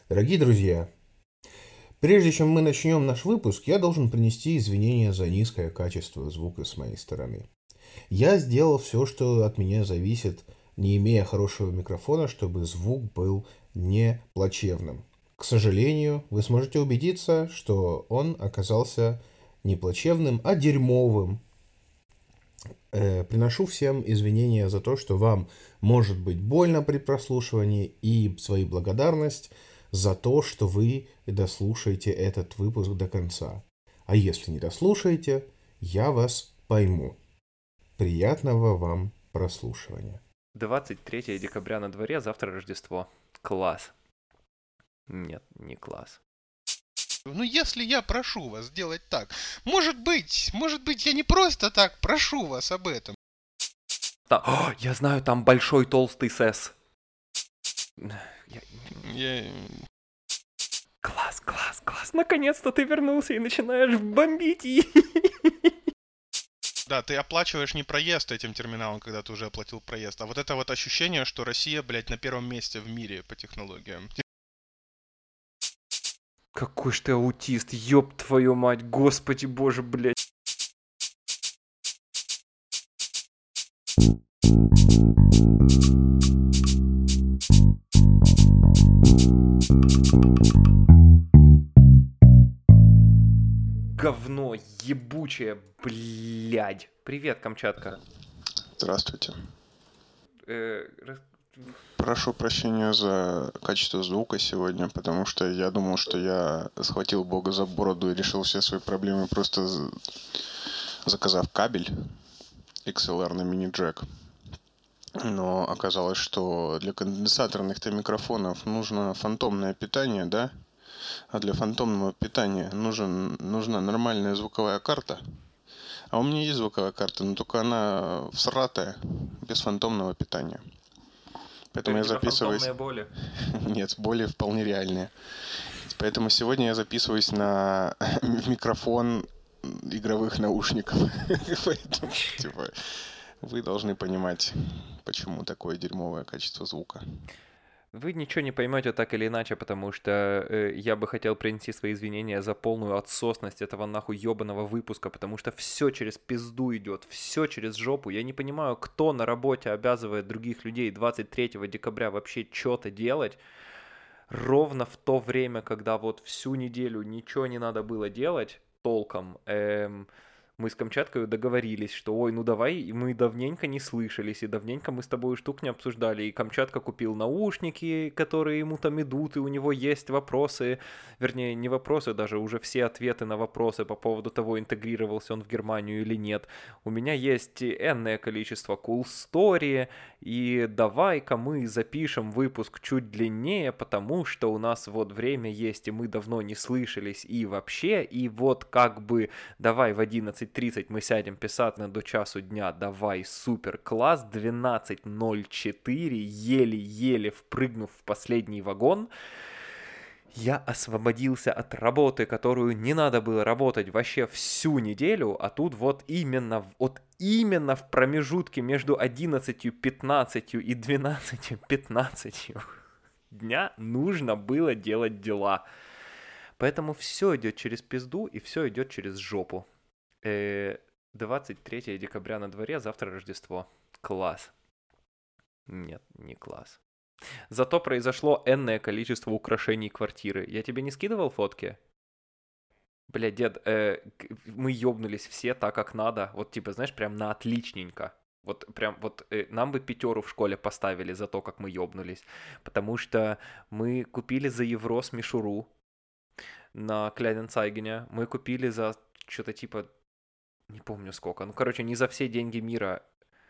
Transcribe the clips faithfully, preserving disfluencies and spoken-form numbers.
Дорогие друзья, прежде чем мы начнем наш выпуск, я должен принести извинения за низкое качество звука с моей стороны. Я сделал все, что от меня зависит, не имея хорошего микрофона, чтобы звук был не плачевным. К сожалению, вы сможете убедиться, что он оказался не плачевным, а дерьмовым. Э, приношу всем извинения за то, что вам может быть больно при прослушивании, и свою благодарность за то, что вы дослушаете этот выпуск до конца. А если не дослушаете, я вас пойму. Приятного вам прослушивания. двадцать третьего декабря на дворе, завтра Рождество. Класс. Нет, не класс. Ну, если я прошу вас сделать так, может быть, может быть, я не просто так прошу вас об этом. Та- О, я знаю, там большой толстый сэс. Я- Я... Класс, класс, класс. Наконец-то ты вернулся и начинаешь бомбить. и- Да, ты оплачиваешь не проезд этим терминалом, когда ты уже оплатил проезд, а вот это вот ощущение, что Россия, блядь, на первом месте в мире по технологиям. Какой ж ты аутист, ёб твою мать, господи боже, блядь. Говно ебучее, блядь. Привет, Камчатка. Здравствуйте. Э, рас- Прошу прощения за качество звука сегодня, потому что я думал, что я схватил Бога за бороду и решил все свои проблемы, просто з- заказав кабель икс эл ар на мини-джек. Но оказалось, что для конденсаторных-то микрофонов нужно фантомное питание, да? А для фантомного питания нужен, нужна нормальная звуковая карта. А у меня есть звуковая карта, но только она всратая, без фантомного питания. То Поэтому есть я у тебя записываюсь... фантомные боли? Нет, боли вполне реальные. Поэтому сегодня я записываюсь на микрофон игровых наушников. Поэтому, типа, вы должны понимать, почему такое дерьмовое качество звука. Вы ничего не поймете так или иначе, потому что э, я бы хотел принести свои извинения за полную отсосность этого нахуй ебаного выпуска, потому что все через пизду идет, все через жопу. Я не понимаю, кто на работе обязывает других людей двадцать третьего декабря вообще что-то делать, ровно в то время, когда вот всю неделю ничего не надо было делать толком. Эм, мы с Камчаткой договорились, что ой, ну давай, и мы давненько не слышались, и давненько мы с тобой штук не обсуждали, и Камчатка купил наушники, которые ему там идут, и у него есть вопросы, вернее, не вопросы, даже уже все ответы на вопросы по поводу того, интегрировался он в Германию или нет. У меня есть энное количество cool story, и давай-ка мы запишем выпуск чуть длиннее, потому что у нас вот время есть, и мы давно не слышались, и вообще, и вот как бы давай в одиннадцать тридцать мы сядем писать на до часу дня, давай, супер, класс, двенадцать ноль четыре, еле-еле впрыгнув в последний вагон, я освободился от работы, которую не надо было работать вообще всю неделю, а тут вот именно, вот именно в промежутке между одиннадцатью пятнадцатью и двенадцатью пятнадцатью дня нужно было делать дела. Поэтому все идет через пизду и все идет через жопу. Э, двадцать третьего декабря на дворе, завтра Рождество. Класс. Нет, не класс. Зато произошло энное количество украшений квартиры. Я тебе не скидывал фотки? Бля, дед, э, к- мы ёбнулись все так, как надо. Вот, типа, знаешь, прям на отличненько. Вот прям вот э, нам бы пятеру в школе поставили за то, как мы ёбнулись. Потому что мы купили за Еврос мишуру на Кляйненцайгене. Мы купили за что-то типа, не помню сколько. Ну, короче, не за все деньги мира.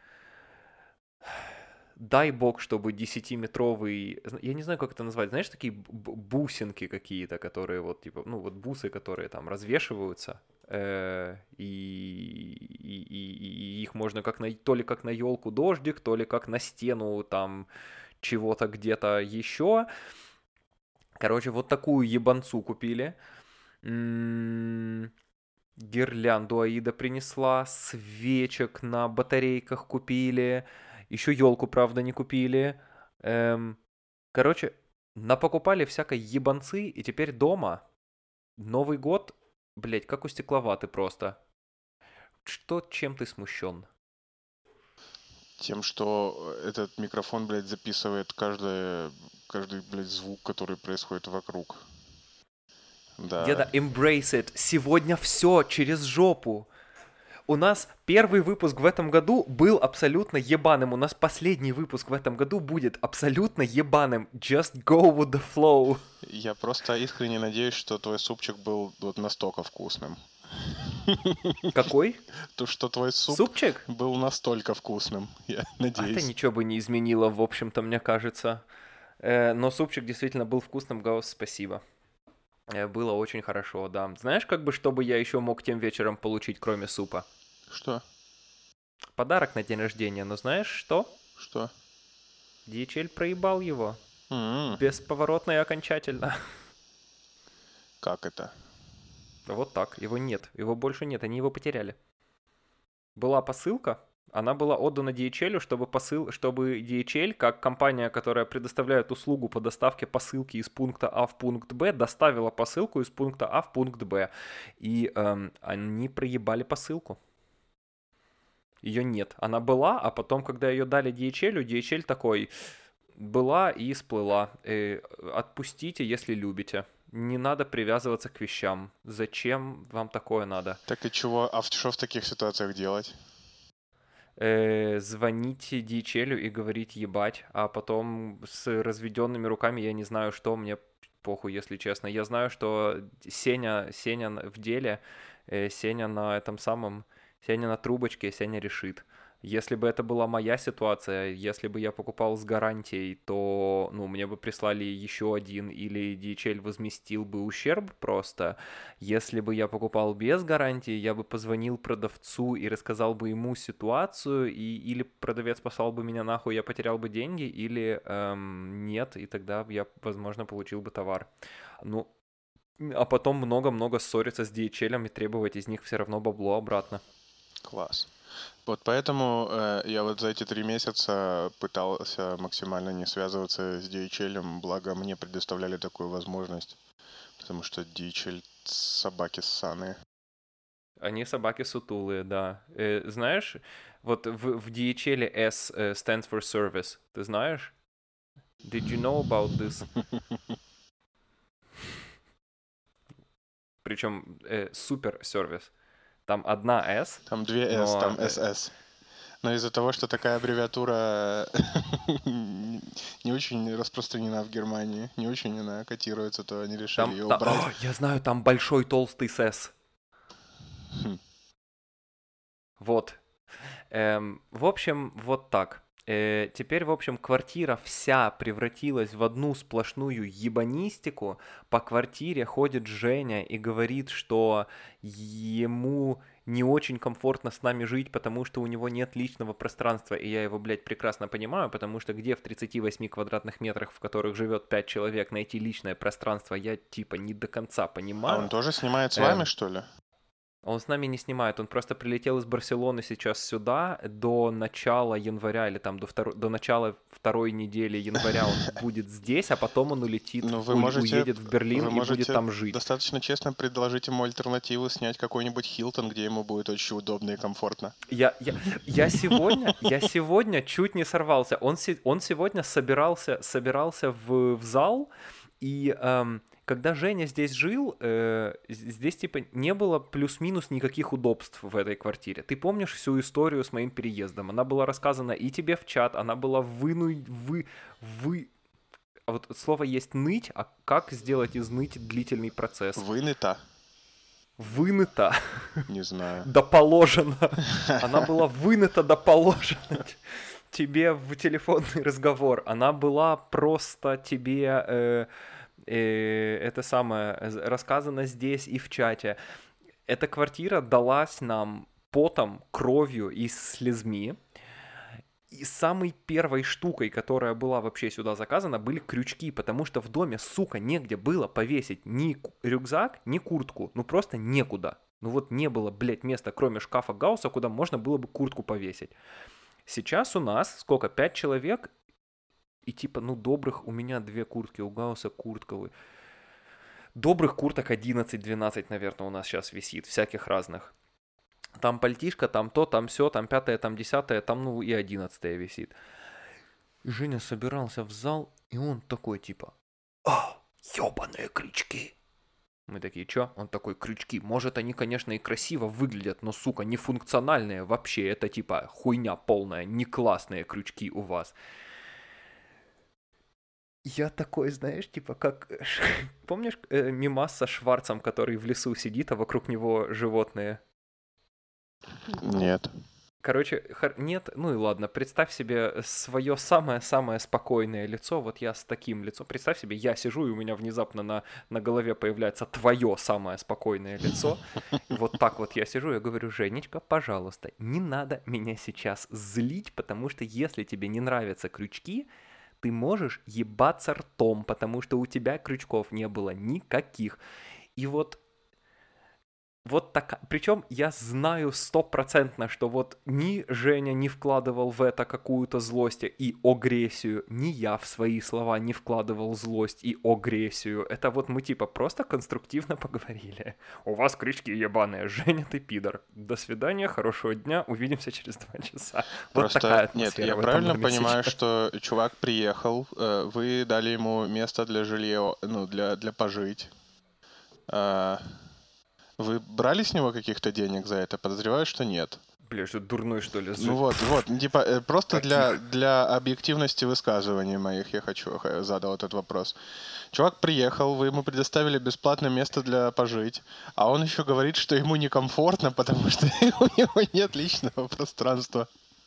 Дай бог, чтобы десятиметровый, я не знаю, как это назвать, знаешь, такие б- бусинки какие-то, которые вот, типа, ну, вот бусы, которые там развешиваются, э, и, и, и- и их можно как на, то ли как на елку дождик, то ли как на стену там чего-то где-то еще. Короче, вот такую ебанцу купили. М, Гирлянду Аида принесла, свечек на батарейках купили, еще елку, правда, не купили. Эм, короче, напокупали всякой ебанцы, и теперь дома Новый год, блядь, как у стекловаты просто. Что, чем ты смущен? Тем, что этот микрофон, блядь, записывает каждое, каждый, блядь, звук, который происходит вокруг. Да. Деда, embrace it. Сегодня все через жопу. У нас первый выпуск в этом году был абсолютно ебаным. У нас последний выпуск в этом году будет абсолютно ебаным. Just go with the flow. Я просто искренне надеюсь, что твой супчик был вот настолько вкусным. Какой? То, что твой суп Супчик? был настолько вкусным, я А надеюсь. это ничего бы не изменило, в общем-то, мне кажется. Э, но супчик действительно был вкусным, Гаус, спасибо. Э, было очень хорошо, да. Знаешь, как бы, что бы я еще мог тем вечером получить, кроме супа? Что? Подарок на день рождения, но знаешь что? Что? ди эйч эл проебал его. М-м. Бесповоротно и окончательно. Как это? Вот так, его нет, его больше нет, они его потеряли. Была посылка, она была отдана ди эйч эл, чтобы, посыл, чтобы ди эйч эл, как компания, которая предоставляет услугу по доставке посылки из пункта А в пункт Б, доставила посылку из пункта А в пункт Б. И эм, они проебали посылку. Ее нет. Она была, а потом, когда ее дали ди эйч эл, ди эйч эл такой: была и сплыла. Э, отпустите, если любите. Не надо привязываться к вещам. Зачем вам такое надо? Так и чего? А в- что в таких ситуациях делать? Э, звонить ди эйч эл и говорить ебать, а потом с разведенными руками я не знаю, что, мне похуй, если честно. Я знаю, что Сеня, Сеня в деле, э, Сеня на этом самом, Сеня на трубочке, Сеня решит. Если бы это была моя ситуация, если бы я покупал с гарантией, то, ну, мне бы прислали еще один, или ди эйч эл возместил бы ущерб просто. Если бы я покупал без гарантии, я бы позвонил продавцу и рассказал бы ему ситуацию, и или продавец послал бы меня нахуй, я потерял бы деньги, или эм, нет, и тогда я, возможно, получил бы товар. Ну, а потом много-много ссориться с ди эйч эл и требовать из них все равно бабло обратно. Класс. Вот поэтому э, я вот за эти три месяца пытался максимально не связываться с ди эйч эл, благо мне предоставляли такую возможность, потому что ди эйч эл собаки ссаные. Они собаки сутулые, да. Э, знаешь, вот в, в ди эйч эл S э, stands for service. Ты знаешь? Did you know about this? Причем э, супер сервис. Там одна S. Там две S, но, там э, эс эс. Но из-за того, что такая аббревиатура не не очень распространена в Германии, не очень она котируется, то они решили Там, ее та- убрать. О, я знаю, там большой толстый сэс. Хм. Вот. Эм, в общем, вот так. Э, теперь, в общем, квартира вся превратилась в одну сплошную ебанистику. По квартире ходит Женя и говорит, что ему не очень комфортно с нами жить, потому что у него нет личного пространства. И я его, блядь, прекрасно понимаю, потому что где в тридцати восьми квадратных метрах, в которых живет пять человек, найти личное пространство, я типа не до конца понимаю. А он тоже снимает с Эм, вами, что ли? Он с нами не снимает, он просто прилетел из Барселоны сейчас сюда. До начала января или там до, второй, до начала второй недели января он будет здесь, а потом он улетит, Ну, вы у- можете, уедет в Берлин вы и можете будет там жить. достаточно честно предложить ему альтернативу, снять какой-нибудь Хилтон, где ему будет очень удобно и комфортно. Я, я, я сегодня, я сегодня чуть не сорвался. Он, се- он сегодня собирался, собирался в, в зал, и эм, когда Женя здесь жил, э, з- здесь типа не было плюс-минус никаких удобств в этой квартире. Ты помнишь всю историю с моим переездом? Она была рассказана и тебе в чат, она была выну... вы... вы... А вот слово есть ныть, а как сделать из ныть длительный процесс? Выныта? Выныта. Не знаю. Да положено. Она была вынута да положено тебе в телефонный разговор. Она была просто тебе э, э, это самое з- рассказана здесь и в чате. Эта квартира далась нам потом, кровью и слезми. И самой первой штукой, которая была вообще сюда заказана, были крючки, потому что в доме, сука, негде было повесить ни ку- рюкзак, ни куртку. Ну просто некуда. Ну вот не было, блядь, места, кроме шкафа Гаусса, куда можно было бы куртку повесить. Сейчас у нас сколько? Пять человек, И типа, ну, добрых у меня две куртки, у Гауса куртковые. Добрых курток одиннадцать-двенадцать, наверное, у нас сейчас висит, всяких разных. Там пальтишко, там то, там все, там пятое, там десятое, там, ну, и одиннадцатое висит. И Женя собирался в зал, и он такой, типа, а, ёбаные крючки. Мы такие, чё? Он такой, крючки. Может, они, конечно, и красиво выглядят, но, сука, не функциональные вообще. Это, типа, хуйня полная, не классные крючки у вас. Я такой, знаешь, типа, как... Помнишь э, мимас со Шварцем, который в лесу сидит, а вокруг него животные? Нет. Короче, хор... нет, ну и ладно, представь себе свое самое-самое спокойное лицо, вот я с таким лицом, представь себе, я сижу, и у меня внезапно на, на голове появляется твое самое спокойное лицо, и вот так вот я сижу, я говорю, Женечка, пожалуйста, не надо меня сейчас злить, потому что если тебе не нравятся крючки, ты можешь ебаться ртом, потому что у тебя крючков не было никаких, и вот... Вот так, причем я знаю стопроцентно, что вот ни Женя не вкладывал в это какую-то злость и агрессию, ни я в свои слова не вкладывал злость и агрессию. Это вот мы типа просто конструктивно поговорили. У вас крючки ебаные, Женя, ты пидор. До свидания, хорошего дня, увидимся через два часа. Вот Просто, такая нет, атмосфера я в этом правильно доме понимаю, сейчас. что чувак приехал, э, вы дали ему место для жилья, ну, для, для пожить. А, Вы брали с него каких-то денег за это? Подозреваю, что нет. Бля, что дурной что ли? Ну Жи- вот, вот, ну, типа, э, просто для, Каких? для объективности высказываний моих я хочу, х- задал этот вопрос. Чувак приехал, вы ему предоставили бесплатное место для пожить, а он еще говорит, что ему некомфортно, потому что у него нет личного пространства.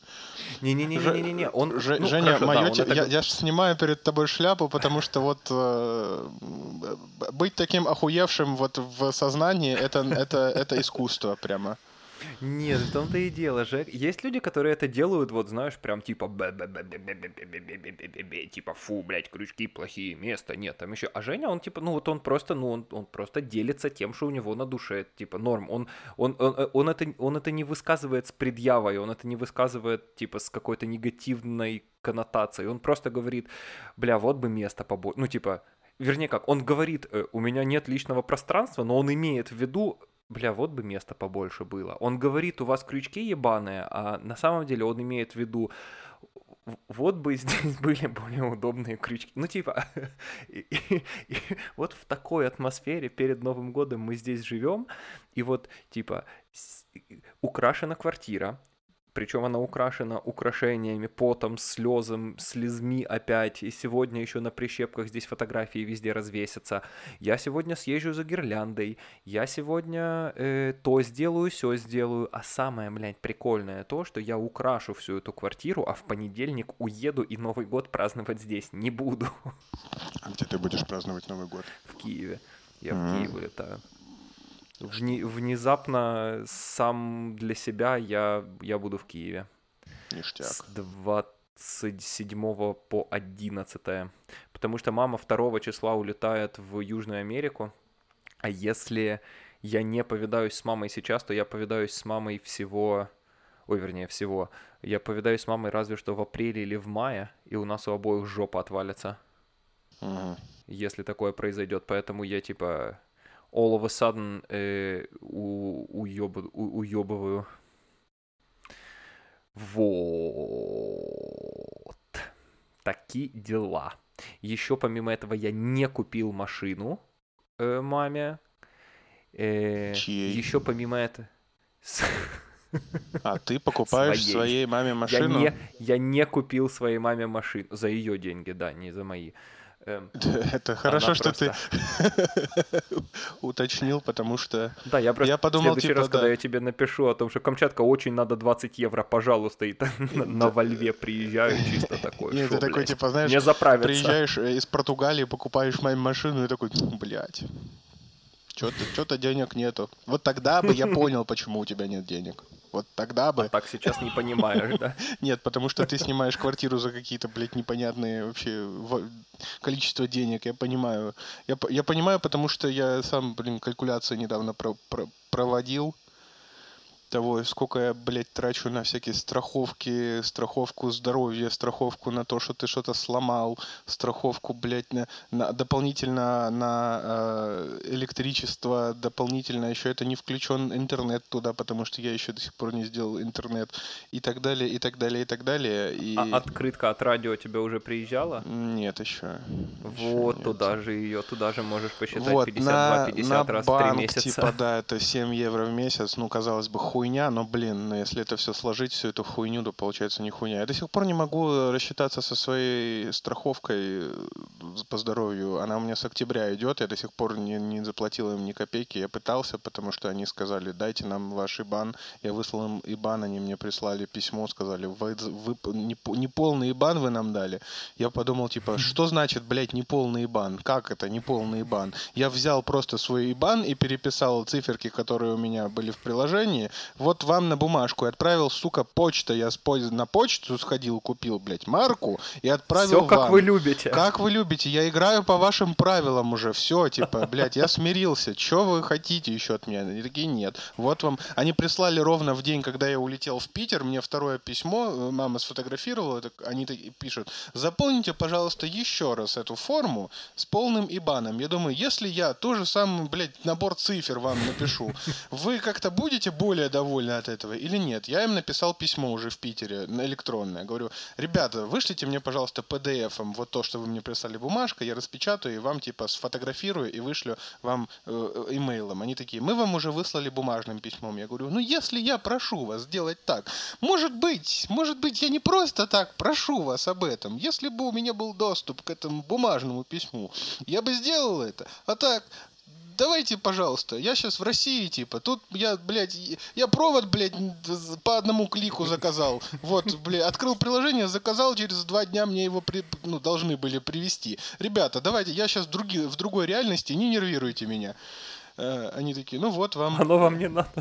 Ж- Не-не-не-не-не-не, он, Ж- ну Женя, хорошо, да, мое, он те- это... я, г- я ж снимаю перед тобой шляпу, потому что вот э, б- б- быть таким охуевшим вот в сознании, это, это, это искусство прямо. Нет, в том-то и дело, Жек. Есть люди, которые это делают, вот знаешь, прям типа бе-бе-бе-бе-бе-бе-бе-бе-бе-бе-бе, типа фу, блядь, крючки плохие, место нет, там еще. А Женя, он типа, ну вот он просто, ну он, он просто делится тем, что у него на душе, типа норм. Он, он, он, э, он это, он это не высказывает с предъявой, он это не высказывает типа с какой-то негативной коннотацией. Он просто говорит, бля, вот бы место побольше, ну типа. Вернее как, он говорит, э, у меня нет личного пространства, но он имеет в виду, бля, вот бы места побольше было. Он говорит, у вас крючки ебаные, а на самом деле он имеет в виду, в- вот бы здесь были более удобные крючки. Ну, типа, и- и- и вот в такой атмосфере перед Новым годом мы здесь живем, и вот, типа, с- украшена квартира, причем она украшена украшениями, потом, слезом, слезми опять. И сегодня еще на прищепках здесь фотографии везде развесятся. Я сегодня съезжу за гирляндой. Я сегодня э, то сделаю, все сделаю. А самое, блядь, прикольное то, что я украшу всю эту квартиру, а в понедельник уеду и Новый год праздновать здесь не буду. А где ты будешь праздновать Новый год? В Киеве. Я в М, Киев улетаю. Вни- внезапно сам для себя я, я буду в Киеве. Ништяк. С двадцать седьмого по одиннадцатое. Потому что мама второго числа улетает в Южную Америку. А если я не повидаюсь с мамой сейчас, то я повидаюсь с мамой всего... Ой, вернее, всего. Я повидаюсь с мамой разве что в апреле или в мае, и у нас у обоих жопа отвалится, Мгм. если такое произойдет. Поэтому я типа all of a sudden э, у, уёб- у- уёбываю. Вот. Такие дела. Еще помимо этого я не купил машину э, маме. Э, Чьей? еще помимо этого... А ты покупаешь Своей. своей маме Я машину? не, я не купил своей маме машину. За ее деньги, да, не за мои. Эм, Это она хорошо, что ты просто... уточнил, потому что Да, я просто я в подумал, следующий типа, раз, когда да, я тебе напишу о том, что Камчатка очень надо двадцать евро, пожалуйста, и там на, на д- Вольве приезжаю чисто такой, нет, ты шо, такой, блядь, типа, знаешь, мне заправиться. приезжаешь э, из Португалии, покупаешь маме машину и такой, блядь, что-то, что-то денег нету. Вот тогда бы я понял, почему у тебя нет денег. Вот тогда А бы. так сейчас не понимаешь, да? Нет, потому что ты снимаешь квартиру за какие-то, блядь, непонятные вообще во- количество денег, я понимаю. Я, по- я понимаю, потому что я сам, блин, калькуляции недавно про- про- проводил. того, сколько я, блядь, трачу на всякие страховки, страховку здоровья, страховку на то, что ты что-то сломал, страховку, блядь, на, на- дополнительно на э, электричество, дополнительно еще это не включен интернет туда, потому что я еще до сих пор не сделал интернет, и так далее, и так далее, и так далее. А И открытка от радио тебе уже приезжала? нет, еще, еще Вот, нет. туда же ее, туда же можешь посчитать Вот, на, на пятьдесят два пятьдесят раз в три банк, месяца. типа, да, это семь евро в месяц, ну, казалось бы, хуйня, но, блин, ну, если это все сложить, всю эту хуйню, то получается не хуйня. Я до сих пор не могу рассчитаться со своей страховкой э, по здоровью, она у меня с октября идет, я до сих пор не, не заплатил им ни копейки, я пытался, потому что они сказали, дайте нам ваш ИБАН, я выслал им ИБАН, они мне прислали письмо, сказали, вы, вы не, не полный ИБАН вы нам дали. Я подумал, типа, что значит, блядь, неполный ИБАН? Как это неполный ИБАН? Я взял просто свой ИБАН и переписал циферки, которые у меня были в приложении, вот вам на бумажку. И отправил, сука, почта. Я на почту сходил, купил, блядь, марку и отправил Все, как вам. вы любите. Как вы любите? Я играю по вашим правилам уже. Все, типа, блядь, я смирился. Че вы хотите еще от меня? Они такие, нет. Вот вам. Они прислали ровно в день, когда я улетел в Питер, мне второе письмо, мама сфотографировала, они такие пишут, заполните, пожалуйста, еще раз эту форму с полным ИБАНом. Я думаю, если я то же самое, блядь, набор цифр вам напишу, вы как-то будете более довольны от этого или нет? Я им написал письмо уже в Питере, электронное. Говорю, ребята, вышлите мне, пожалуйста, пи ди эф-ом вот то, что вы мне прислали бумажка, я распечатаю и вам, типа, сфотографирую и вышлю вам э, имейлом. Они такие, мы вам уже выслали бумажным письмом. Я говорю, ну, если я прошу вас сделать так, может быть, может быть, я не просто так прошу вас об этом. Если бы у меня был доступ к этому бумажному письму, я бы сделал это. А так, давайте, пожалуйста, я сейчас в России, типа, тут я, блядь, я провод, блядь, по одному клику заказал. Вот, блядь, открыл приложение, заказал, через два дня мне его при, ну, должны были привезти. Ребята, давайте, я сейчас в, други, в другой реальности, не нервируйте меня. Они такие, ну вот вам... Оно вам не надо.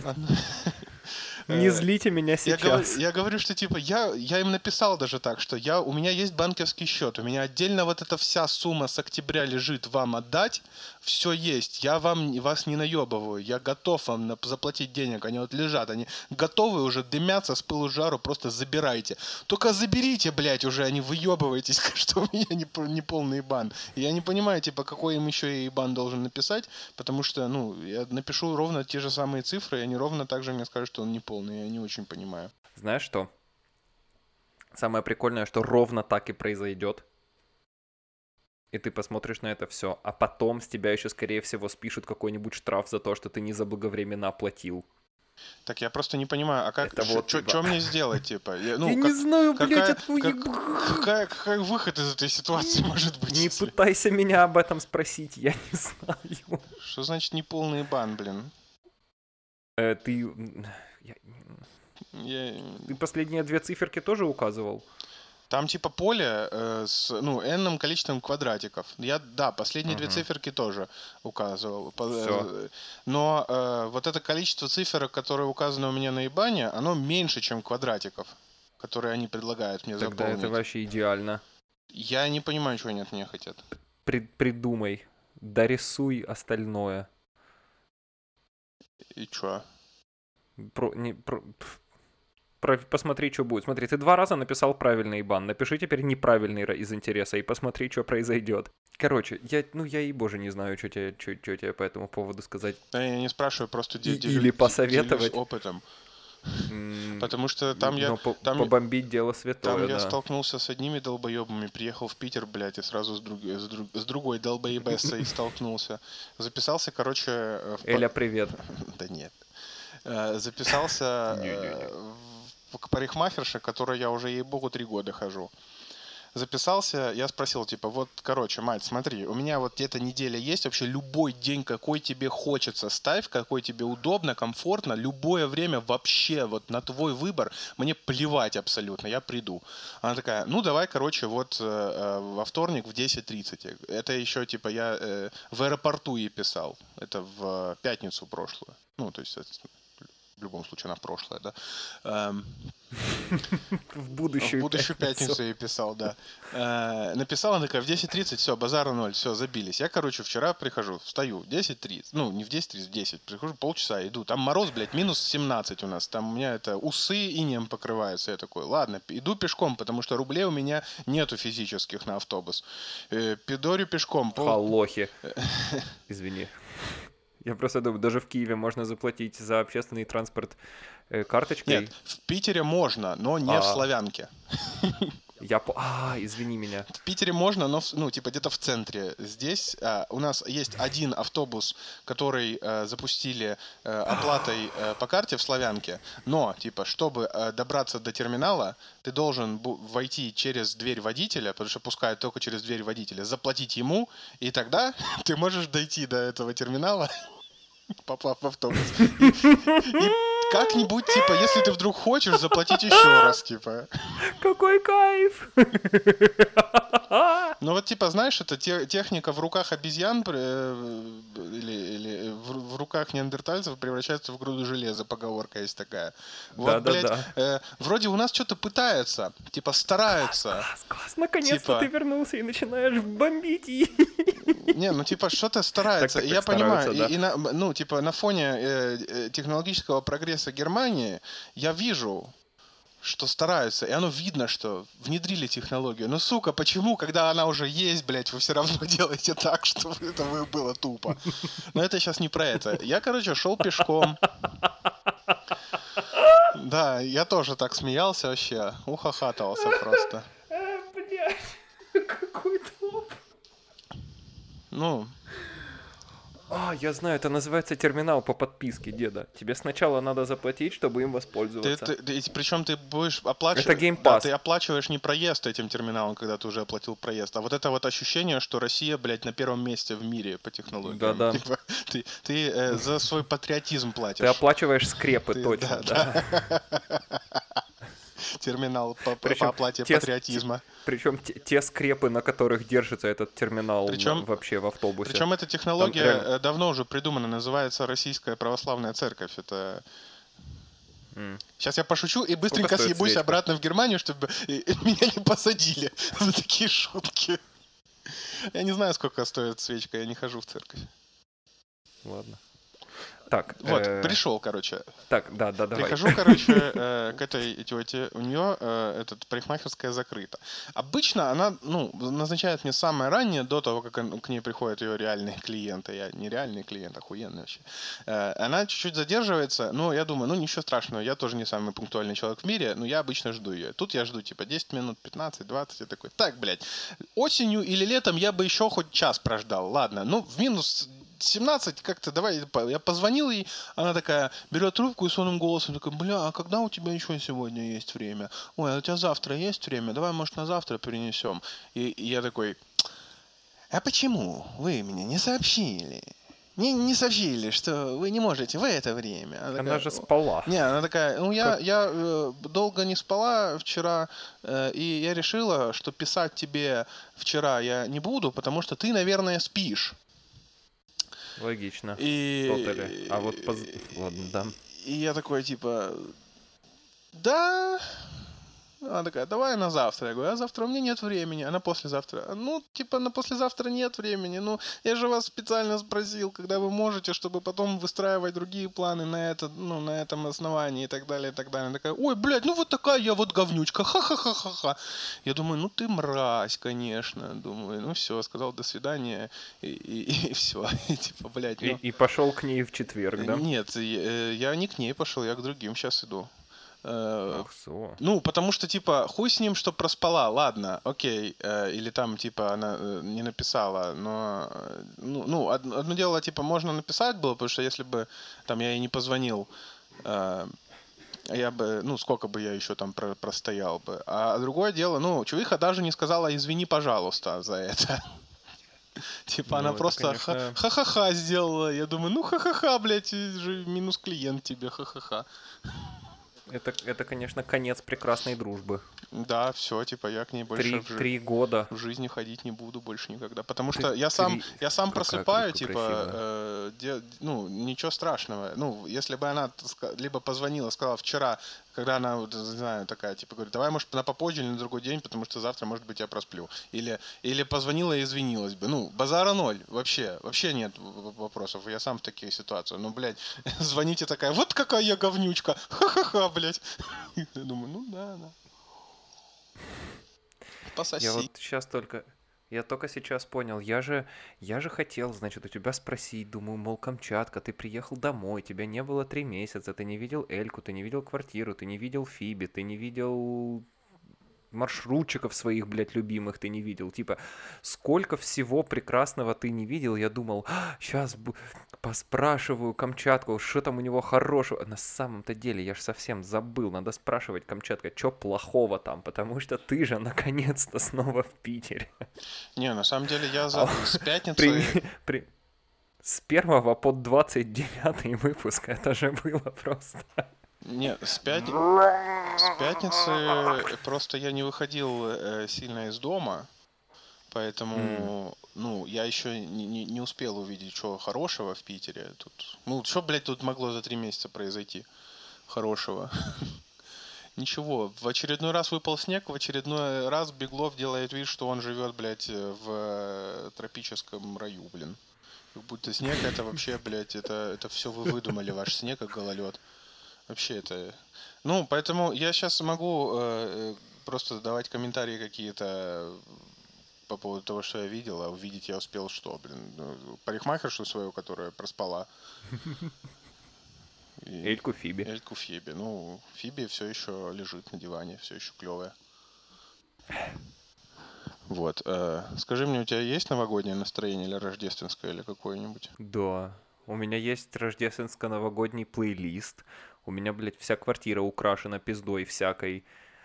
Не злите меня Я говорю, сейчас. я говорю, что типа я, я им написал даже так, что я, у меня есть банковский счет, у меня отдельно вот эта вся сумма с октября лежит вам отдать, все есть, я вам, вас не наебываю, я готов вам на, заплатить денег, они вот лежат, они готовы уже дымятся с пылу с жару, просто забирайте. Только заберите, блядь, уже, а не выебывайтесь, что у меня не, не полный ИБАН. И я не понимаю, типа, какой им еще ИБАН должен написать, потому что, ну, я напишу ровно те же самые цифры, и они ровно так же мне скажут, что он не полный. Я не очень понимаю. Знаешь что? Самое прикольное, что ровно так и произойдет. И ты посмотришь на это все, а потом с тебя еще, скорее всего, спишут какой-нибудь штраф за то, что ты не заблаговременно оплатил. Так я просто не понимаю, а как, что вот, мне сделать, типа? Я, ну, я как, не знаю, какая, блядь, это... как, какая, какой выход из этой ситуации может быть? Не если... пытайся меня об этом спросить, я не знаю. Что значит неполный бан, блин? Э, ты... Я... Я... Ты последние две циферки тоже указывал? Там типа поле э, с, ну, n количеством квадратиков. Я, да, последние uh-huh. две циферки тоже указывал. Всё. Но э, вот это количество циферок, которое указано у меня на ИБАНе, оно меньше, чем квадратиков, которые они предлагают мне Тогда заполнить. это вообще идеально. Я не понимаю, чего они от меня хотят. Прид- придумай. Дорисуй остальное. И чё? Про, не, про, про, посмотри, что будет. Смотри, ты два раза написал правильный ИБАН. Напиши теперь неправильный из интереса и посмотри, что произойдет. Короче, я, ну я и боже не знаю, что тебе, что, что тебе по этому поводу сказать. Да, я не спрашиваю, просто и, делюсь, или посоветовать. делюсь опытом. Mm, Потому что там я... по, там, побомбить дело святое, Там да. я столкнулся с одними долбоебами, приехал в Питер, блядь, и сразу с, друг, с, друг, с другой долбоебессой столкнулся. Записался, короче... В... Эля, привет. Да нет. Записался к парикмахерше, которой я уже, ей-богу, три года хожу. Записался, я спросил, типа, вот, короче, мать, смотри, у меня вот где-то неделя есть, вообще любой день, какой тебе хочется, ставь, какой тебе удобно, комфортно, любое время вообще, вот на твой выбор, мне плевать абсолютно, я приду. Она такая, ну, давай, короче, вот э, во вторник в десять тридцать. Это еще, типа, я э, в аэропорту ей писал, это в пятницу прошлую, ну, то есть в любом случае она в прошлое, да. Эм, В будущую В будущую пятницу. пятницу я писал, да. Э, Написала, она такая, в десять тридцать, все, базара ноль, все, забились. Я, короче, вчера прихожу, встаю, в десять тридцать, ну, не в десять тридцать, в десять, прихожу, полчаса иду. Там мороз, блядь, минус семнадцать у нас. Там у меня это усы инеем покрываются. Я такой, ладно, иду пешком, потому что рублей у меня нету физических на автобус. Э, Пидорю пешком. Пол... Халохи. Извини. Я просто думаю, даже в Киеве можно заплатить за общественный транспорт э, карточкой. Нет, в Питере можно, но не в А. Славянке. Я по... А, извини меня. В Питере можно, но, в- ну, типа, где-то в центре. Здесь а, у нас есть один автобус, который а, запустили а, оплатой а, по карте в Славянке. Но, типа, чтобы а, добраться до терминала, ты должен бу- войти через дверь водителя, потому что пускают только через дверь водителя, заплатить ему, и тогда ты можешь дойти до этого терминала, попав в автобус. И, и как-нибудь, типа, если ты вдруг хочешь, заплатить еще раз, типа. Какой кайф! Ну вот типа, знаешь, это те- техника в руках обезьян э, или, или в, в руках неандертальцев превращается в груду железа, поговорка есть такая. Вот, блядь, Да-да-да. э, вроде у нас что-то пытаются, типа стараются. Класс, класс, наконец-то Типа- ты вернулся и начинаешь бомбить. и- Не, ну типа что-то стараются. Так, так, И я так, стараются, понимаю, да. и, и на, ну типа на фоне э, э, технологического прогресса Германии я вижу, что стараются, и оно видно, что внедрили технологию. Но, сука, почему, когда она уже есть, блядь, вы все равно делаете так, чтобы это вы- было тупо? Но это сейчас не про это. Я, короче, шел пешком. Да, я тоже так смеялся вообще. Ухахатывался просто. Блядь, какой топ. Ну, А, я знаю, это называется терминал по подписке, деда. Тебе сначала надо заплатить, чтобы им ты, воспользоваться. ты, ты- причем ты будешь оплачивать... Это Game Да, Pass. ты оплачиваешь не проезд этим терминалом, когда ты уже оплатил проезд, а вот это вот ощущение, что Россия, блядь, на первом месте в мире по технологиям. Да-да. Типа, ты ты э, за свой патриотизм платишь. Ты оплачиваешь скрепы, Ты- точно, да, да. Терминал по, по- Причем по оплате те- патриотизма. Причем те, те скрепы, на которых держится этот терминал Причем- на- вообще в автобусе. Причем эта технология реально- э, давно уже придумана, называется Российская Православная Церковь. Это... М. Сейчас я пошучу и быстренько стоит съебусь свечка? обратно в Германию, чтобы э, меня не посадили за такие шутки. Я не знаю, сколько стоит свечка, я не хожу в церковь. Ладно. Так, Вот, э, пришел, короче. так, да, да, давай. Прихожу, короче, э, к этой тете, у нее э, этот, парикмахерская закрыта. Обычно она, ну, назначает мне самое раннее, до того, как он- к ней приходят ее реальные клиенты. Я не реальный клиент, охуенный вообще. Э, она чуть-чуть задерживается, но я думаю, ну, ничего страшного, я тоже не самый пунктуальный человек в мире, но я обычно жду ее. Тут я жду, типа, десять минут, пятнадцать, двадцать, я такой, так, блядь, осенью или летом я бы еще хоть час прождал, ладно, ну, в минус семнадцать как-то, давай, я позвонил ей, она такая берет трубку и сонным голосом такая, бля, а когда у тебя еще сегодня есть время? Ой, а у тебя завтра есть время? Давай, может, на завтра перенесем. И, и я такой, а почему вы мне не сообщили? Не, не сообщили, что вы не можете в это время. Она, Она такая, же спала. не, она такая, ну я, Как? я э, долго не спала вчера, э, и я решила, что писать тебе вчера я не буду, потому что ты, наверное, спишь. Логично. И... Тотали. А вот поз... Ладно, да. И я такой, типа, да. Она такая, давай на завтра. Я говорю, а завтра у меня нет времени. А на послезавтра? Ну, типа, на послезавтра нет времени. Ну, я же вас специально спросил, когда вы можете, чтобы потом выстраивать другие планы на, это, ну, на этом основании и так далее, и так далее. Она такая, ой, блядь, ну вот такая я вот говнючка. Ха-ха-ха-ха-ха. Я думаю, ну ты мразь, конечно. Думаю, ну все, сказал до свидания. И, и, и все. И, типа, блядь, И, ну... и пошел к ней в четверг, да? Нет, я, я не к ней пошел, я к другим сейчас иду. Э, Ах, so. Ну, потому что, типа, хуй с ним, что проспала, ладно, окей. э, Или там, типа, она э, не написала, но... э, Ну, ну од- одно дело, типа, можно написать было, потому что если бы, там, я ей не позвонил, э, я бы, ну, сколько бы я еще там про- простоял бы. А другое дело, ну, чувиха даже не сказала «извини, пожалуйста» за это. Типа, Ну, она это, просто конечно- ха- ха-ха-ха сделала. Я думаю, ну, ха-ха-ха, блядь, и же минус клиент тебе, ха-ха-ха. Это, это, конечно, конец прекрасной дружбы. Да, все, типа я к ней больше Три, в, жи- три года. в жизни ходить не буду больше никогда. Потому Ты, что я сам, три... я сам Какая просыпаю, кружка типа, красивая. э, де- ну, ничего страшного. Ну, если бы она т- ска- либо позвонила, сказала вчера, когда она, вот, не знаю, такая, типа, говорит, давай, может, на попозже или на другой день, потому что завтра, может быть, я просплю. Или, или позвонила и извинилась бы. Ну, базара ноль, вообще, вообще нет в- в- вопросов. Я сам в таких ситуациях. Ну, блядь, звоните такая, вот какая я говнючка, ха-ха-ха, блядь. Я думаю, ну да, да. Я Пососи. вот сейчас только... Я только сейчас понял, я же, я же хотел, значит, у тебя спросить, думаю, мол, Камчатка, ты приехал домой, тебя не было три месяца, ты не видел Эльку, ты не видел квартиру, ты не видел Фиби, ты не видел маршрутчиков своих, блядь, любимых ты не видел. Типа, сколько всего прекрасного ты не видел. Я думал, сейчас поспрашиваю Камчатку, что там у него хорошего. На самом-то деле, я же совсем забыл. Надо спрашивать Камчатка, что плохого там, потому что ты же наконец-то снова в Питере. Не, на самом деле я за... А с пятницы... при- при- С первого по двадцать девятый выпуск, это же было просто... Не, с, пяти... с пятницы просто я не выходил э, сильно из дома, М, поэтому, ну, я еще не, не, не успел увидеть, что хорошего в Питере. Тут, ну, что, блядь, тут могло за три месяца произойти хорошего? Ничего, в очередной раз выпал снег, в очередной раз Беглов делает вид, что он живет, блядь, в э, тропическом раю, блин. Как будто снег это вообще, блядь, это, это все вы выдумали, ваш снег, как гололед. Вообще это... Ну, поэтому я сейчас могу э, просто давать комментарии какие-то по поводу того, что я видел, а увидеть я успел что, блин. Ну, парикмахершу свою, которая проспала. И Эльку Фиби. Эльку Фиби. Ну, Фиби все еще лежит на диване, все еще клевая. Вот. Э, скажи мне, у тебя есть новогоднее настроение или рождественское, или какое-нибудь? Да, у меня есть рождественско-новогодний плейлист. У меня, блядь, вся квартира украшена пиздой всякой.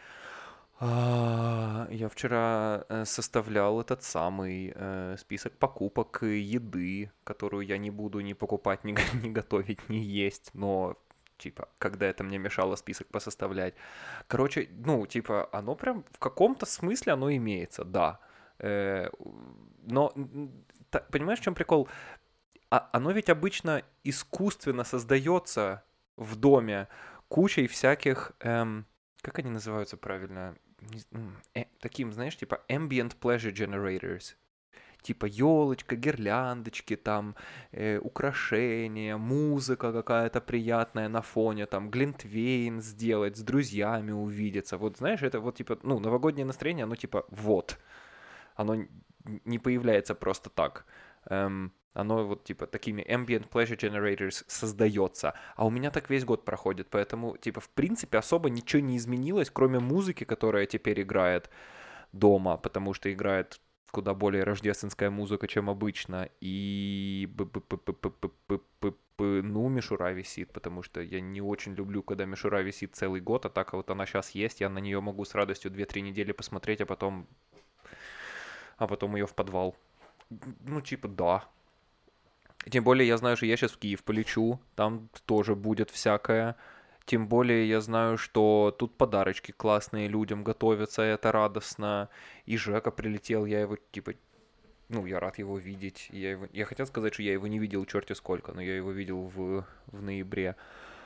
А, Я вчера э, составлял этот самый э, список покупок э, еды, которую я не буду ни покупать, ни, го- ни готовить, ни есть, но типа, когда это мне мешало список посоставлять. Короче, ну, типа, оно прям в каком-то смысле оно имеется, да. Э, но, м, та- понимаешь, в чем прикол? А оно ведь обычно искусственно создается в доме кучей всяких, эм, как они называются правильно? Не з- м, э, таким, знаешь, типа ambient pleasure generators. Типа елочка, гирляндочки, там, э, украшения, музыка какая-то приятная на фоне, там, глинтвейн сделать, с друзьями увидеться. Вот знаешь, это вот типа, ну, новогоднее настроение, оно типа вот. Оно н- не появляется просто так. Эм, оно вот типа такими ambient pleasure generators создается. А у меня так весь год проходит, поэтому типа в принципе особо ничего не изменилось, кроме музыки, которая теперь играет дома, потому что играет куда более рождественская музыка, чем обычно. И б- б- б- б- б- б- б- б- б- ну, мишура висит, потому что я не очень люблю, когда мишура висит целый год, а так вот она сейчас есть, я на нее могу с радостью две-три недели посмотреть, а потом а потом ее в подвал. Ну, типа, да. Тем более, я знаю, что я сейчас в Киев полечу, там тоже будет всякое. Тем более, я знаю, что тут подарочки классные людям готовятся, это радостно. И Жека прилетел, я его, типа, ну, я рад его видеть. Я, его... я хотел сказать, что я его не видел черти сколько, но я его видел в, в ноябре.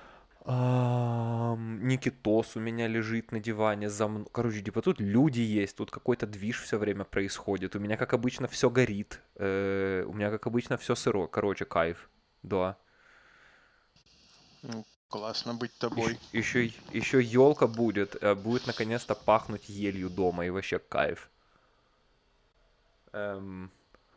Ам, Никитос у меня лежит на диване за мной. Короче, типа тут люди есть, тут какой-то движ все время происходит. У меня, как обычно, все горит. Э, у меня, как обычно, все сырое. Короче, кайф. Да. Ну, классно быть тобой. Еще, еще елка будет. э, Будет наконец-то пахнуть елью дома. И вообще кайф. Эм,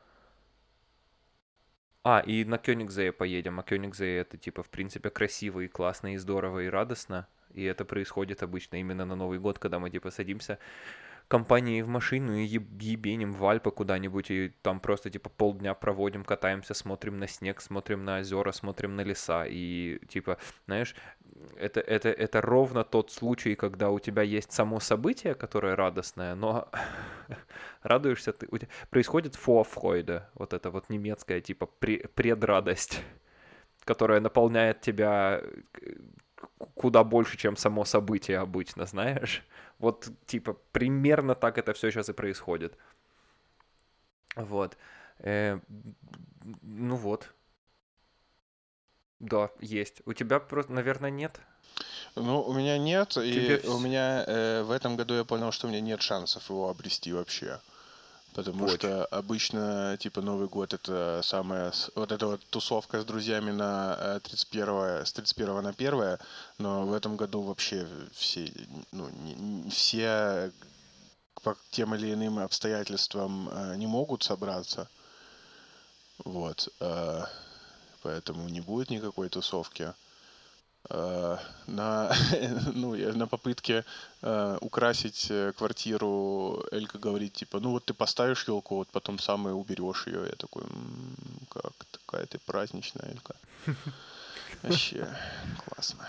А, и на Кёнигсее поедем. А Кёнигсее это, типа, в принципе, красиво и классно, и здорово, и радостно. И это происходит обычно именно на Новый год, когда мы, типа, садимся компанией в машину и еб- ебеним в Альпы куда-нибудь, и там просто, типа, полдня проводим, катаемся, смотрим на снег, смотрим на озера, смотрим на леса. И, типа, знаешь, это, это, это ровно тот случай, когда у тебя есть само событие, которое радостное, но радуешься ты. У тебя происходит Vorfreude, вот это вот немецкая, типа, пре- предрадость, которая наполняет тебя э, куда больше, чем само событие обычно, знаешь? Вот, типа, примерно так это все сейчас и происходит. Вот. Э, ну вот. Да, есть. У тебя просто, наверное, нет? Ну, у меня нет, Тебе и у вс- меня э, в этом году я понял, что у меня нет шансов его обрести вообще. Потому Поч. что обычно, типа, Новый год это самая, с- вот эта вот тусовка с друзьями на э, тридцать первое, с тридцать первого на первое, но в этом году вообще все, ну, не- не- все по тем или иным обстоятельствам э, не могут собраться, вот, э, поэтому не будет никакой тусовки. Э, на, ну, я на попытке э, украсить э, квартиру Элька говорит, типа, ну вот ты поставишь елку, вот потом сам и уберешь ее. Я такой, «М, как такая ты праздничная, Элька. Вообще классно.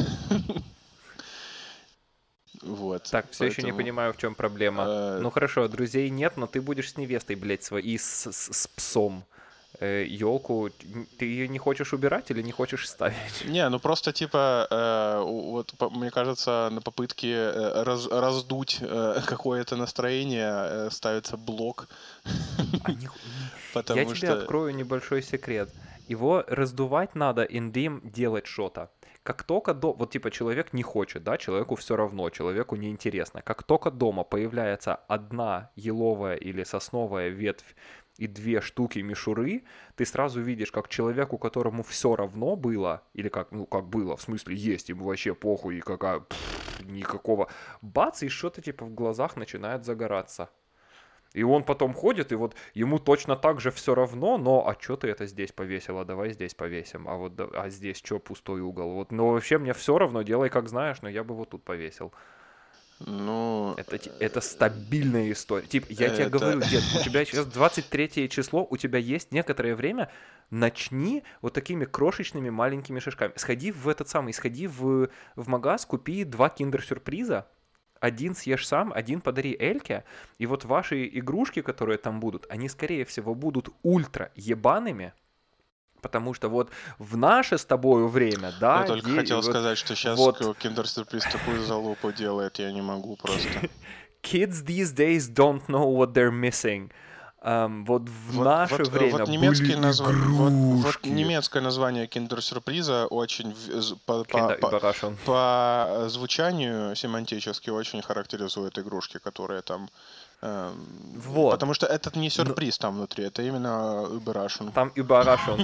Вот, Так, все еще не поэтому... понимаю, в чем проблема. э, Ну хорошо, друзей нет, но ты будешь с невестой, блядь, своей, и с, с- с псом. Елку, ты ее не хочешь убирать или не хочешь ставить? Не, ну просто типа, э, у- вот по- мне кажется, на попытке э, раз- раздуть э, какое-то настроение э, ставится блок, А не ху- не- Я потому тебе что... открою небольшой секрет. Его раздувать надо, индим делать что-то. Как только до... Вот типа человек не хочет, да, человеку все равно, человеку неинтересно. Как только дома появляется одна еловая или сосновая ветвь и две штуки мишуры, ты сразу видишь, как человеку, которому все равно было, или как, ну, как было, в смысле есть, ему вообще похуй, и какая, пф, никакого, бац, и что-то типа в глазах начинает загораться. И он потом ходит, и вот ему точно так же все равно, но а что ты это здесь повесила, давай здесь повесим, а вот да- а здесь что, пустой угол, вот, ну вообще мне все равно, делай как знаешь, но я бы вот тут повесил. Ну, Это, ти- это стабильная история. Тип, я тебе это... говорю, дед, у тебя сейчас двадцать третье число, у тебя есть некоторое время, начни вот такими крошечными маленькими шажками. Сходи в этот самый, сходи в, в магаз, купи два киндер-сюрприза, один съешь сам, один подари Эльке, и вот ваши игрушки, которые там будут, они, скорее всего, будут ультра ебаными, потому что вот в наше с тобою время, Я да, только де- хотел вот, сказать, что сейчас вот киндер-сюрприз такую залупу делает, я не могу просто. kids these days don't know what they're missing. Ам, вот в Вот, наше вот, э, время вот, были немецкое назва... вот, вот игрушки. немецкое название киндер-сюрприза очень в- з- по, по, Kinder по, Überraschung. по звучанию семантически очень характеризует игрушки, которые там... эм, Вот. потому что это не Но сюрприз там внутри, это именно Überraschung. там Überraschung.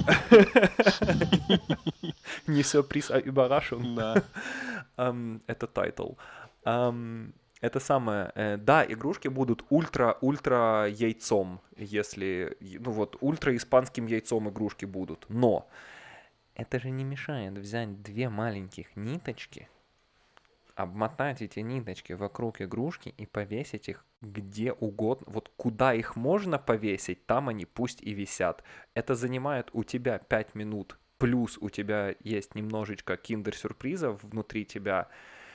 Не сюрприз, а Überraschung. Да. Ам, это тайтл. Ам, Это самое, э, да, игрушки будут ультра-ультра яйцом, если, ну вот, ультра испанским яйцом игрушки будут. Но это же не мешает взять две маленьких ниточки, обмотать эти ниточки вокруг игрушки и повесить их где угодно. Вот куда их можно повесить, там они пусть и висят. Это занимает у тебя пять минут. Плюс у тебя есть немножечко киндер-сюрпризов внутри тебя.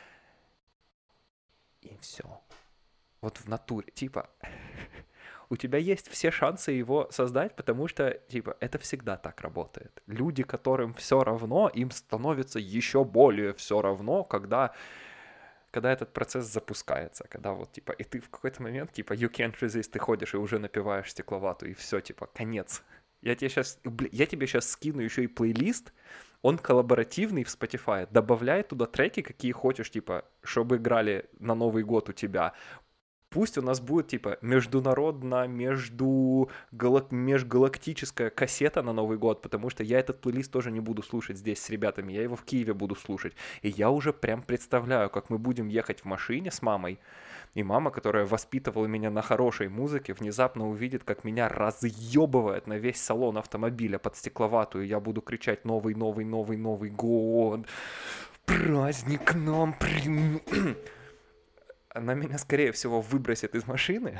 И все. Вот в натуре. Типа, у тебя есть все шансы его создать, потому что, типа, это всегда так работает. Люди, которым все равно, им становится еще более все равно, когда когда этот процесс запускается, когда вот, типа, и ты в какой-то момент, типа, you can't resist, ты ходишь и уже напиваешь стекловату, и все, типа, конец. Я тебе сейчас, я тебе сейчас скину еще и плейлист, он коллаборативный в Spotify, добавляй туда треки, какие хочешь, типа, чтобы играли на Новый год у тебя. Пусть у нас будет, типа, международно, между гала- межгалактическая кассета на Новый год, потому что я этот плейлист тоже не буду слушать здесь с ребятами, я его в Киеве буду слушать. И я уже прям представляю, как мы будем ехать в машине с мамой, и мама, которая воспитывала меня на хорошей музыке, внезапно увидит, как меня разъебывает на весь салон автомобиля под стекловатую, и я буду кричать «Новый, новый, новый, Новый год! Праздник нам при...» Она меня, скорее всего, выбросит из машины,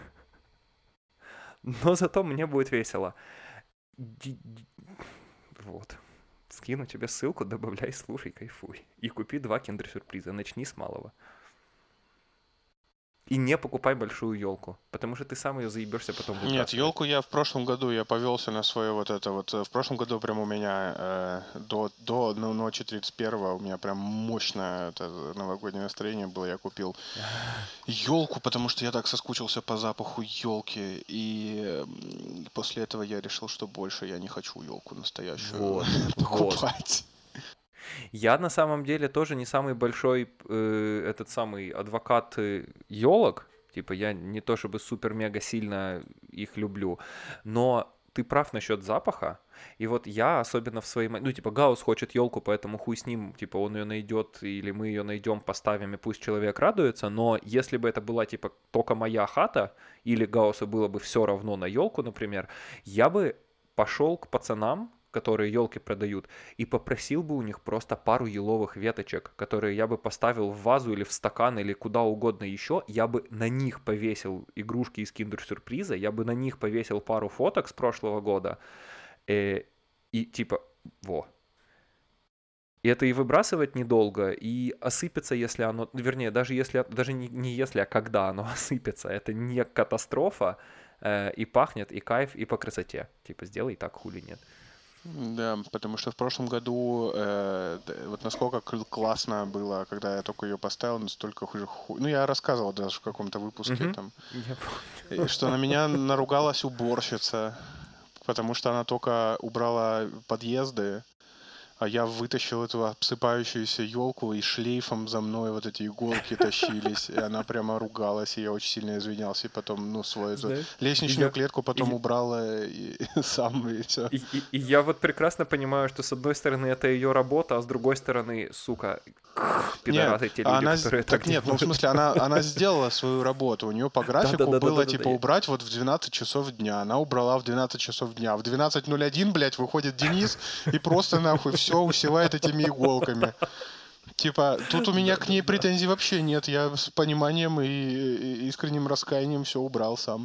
но зато мне будет весело. Ди- ди- Вот. Скину тебе ссылку, добавляй, слушай, кайфуй. И купи два киндер-сюрприза, начни с малого. И не покупай большую елку, потому что ты сам ее заебешься потом Нет, выбрасывать. елку я в прошлом году, я повелся на свое вот это вот. э, В прошлом году прям у меня э, до, до ну, ночи тридцать первого у меня прям мощное это, новогоднее настроение было. Я купил елку, потому что я так соскучился по запаху елки. И м, после этого я решил, что больше я не хочу елку настоящую Вот, вот. покупать. Я на самом деле тоже не самый большой э, этот самый адвокат елок. Типа я не то чтобы супер-мега сильно их люблю, но ты прав насчет запаха. И вот я особенно в своей... ма- Ну, типа, Гаус хочет елку, поэтому хуй с ним. Типа, он ее найдет, или мы ее найдем, поставим, и пусть человек радуется. Но если бы это была, типа, только моя хата, или Гауссу было бы все равно на елку, например, я бы пошел к пацанам, которые елки продают, и попросил бы у них просто пару еловых веточек, которые я бы поставил в вазу или в стакан или куда угодно еще, я бы на них повесил игрушки из киндер-сюрприза, я бы на них повесил пару фоток с прошлого года, э, и типа, во. И это и выбрасывать недолго, и осыпется, если оно, вернее, даже если, даже не, не если, а когда оно осыпется, это не катастрофа, э, и пахнет, и кайф, и по красоте. Типа, сделай так, хули нет. Да, потому что в прошлом году э, д- вот насколько кл- классно было, когда я только ее поставил, настолько хуже. ху- Ну, я рассказывал даже в каком-то выпуске Мгм. там, Я и что на меня наругалась уборщица, потому что она только убрала подъезды, а я вытащил эту обсыпающуюся елку, и шлейфом за мной вот эти иголки тащились, и она прямо ругалась, и я очень сильно извинялся, и потом, ну, свою эту Знаешь, и лестничную я, клетку потом и, убрал э, и, сам, и все. и, и- и я вот прекрасно понимаю, что с одной стороны это ее работа, а с другой стороны, сука, Нет, пидорасы те а люди, она... з- которые так Так нет, ну в делают. смысле, она, она сделала свою работу. У нее по графику было, типа, Да-да-да-да-да-да. убрать вот в двенадцать часов дня. Она убрала в двенадцать часов дня. В двенадцать ноль один, блядь, выходит Денис и просто, нахуй, все усевает этими иголками. Типа, тут у меня к ней Да-да-да. претензий вообще нет. Я с пониманием и и искренним раскаянием все убрал сам.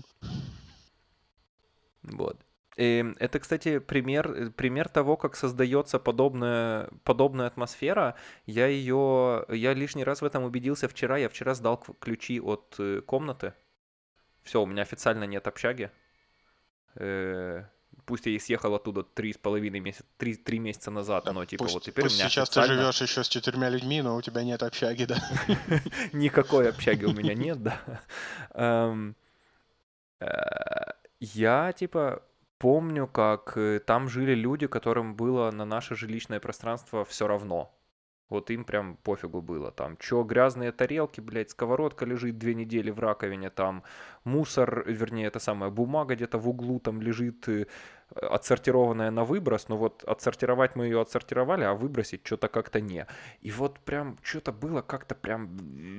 Вот. И это, кстати, пример, э, пример того, как создается подобная, подобная атмосфера. Я ее, я лишний раз в этом убедился вчера. Я вчера сдал к- ключи от э, комнаты. Все, у меня официально нет общаги. Э, Пусть я и съехал оттуда три с половиной месяца, три, три месяца назад, Да, но типа вот пусть, теперь у пусть меня сейчас ты официально живешь еще с четырьмя людьми, но у тебя нет общаги, да? никакой общаги у меня нет, да. Эм, э, Я типа помню, как э, там жили люди, которым было на наше жилищное пространство все равно. Вот им прям пофигу было. Там, чё, грязные тарелки, блядь, сковородка лежит две недели в раковине, там, мусор, вернее, это самая бумага где-то в углу там лежит, э, отсортированная на выброс, но вот отсортировать мы ее отсортировали, а выбросить что-то как-то не. И вот прям что-то было как-то прям...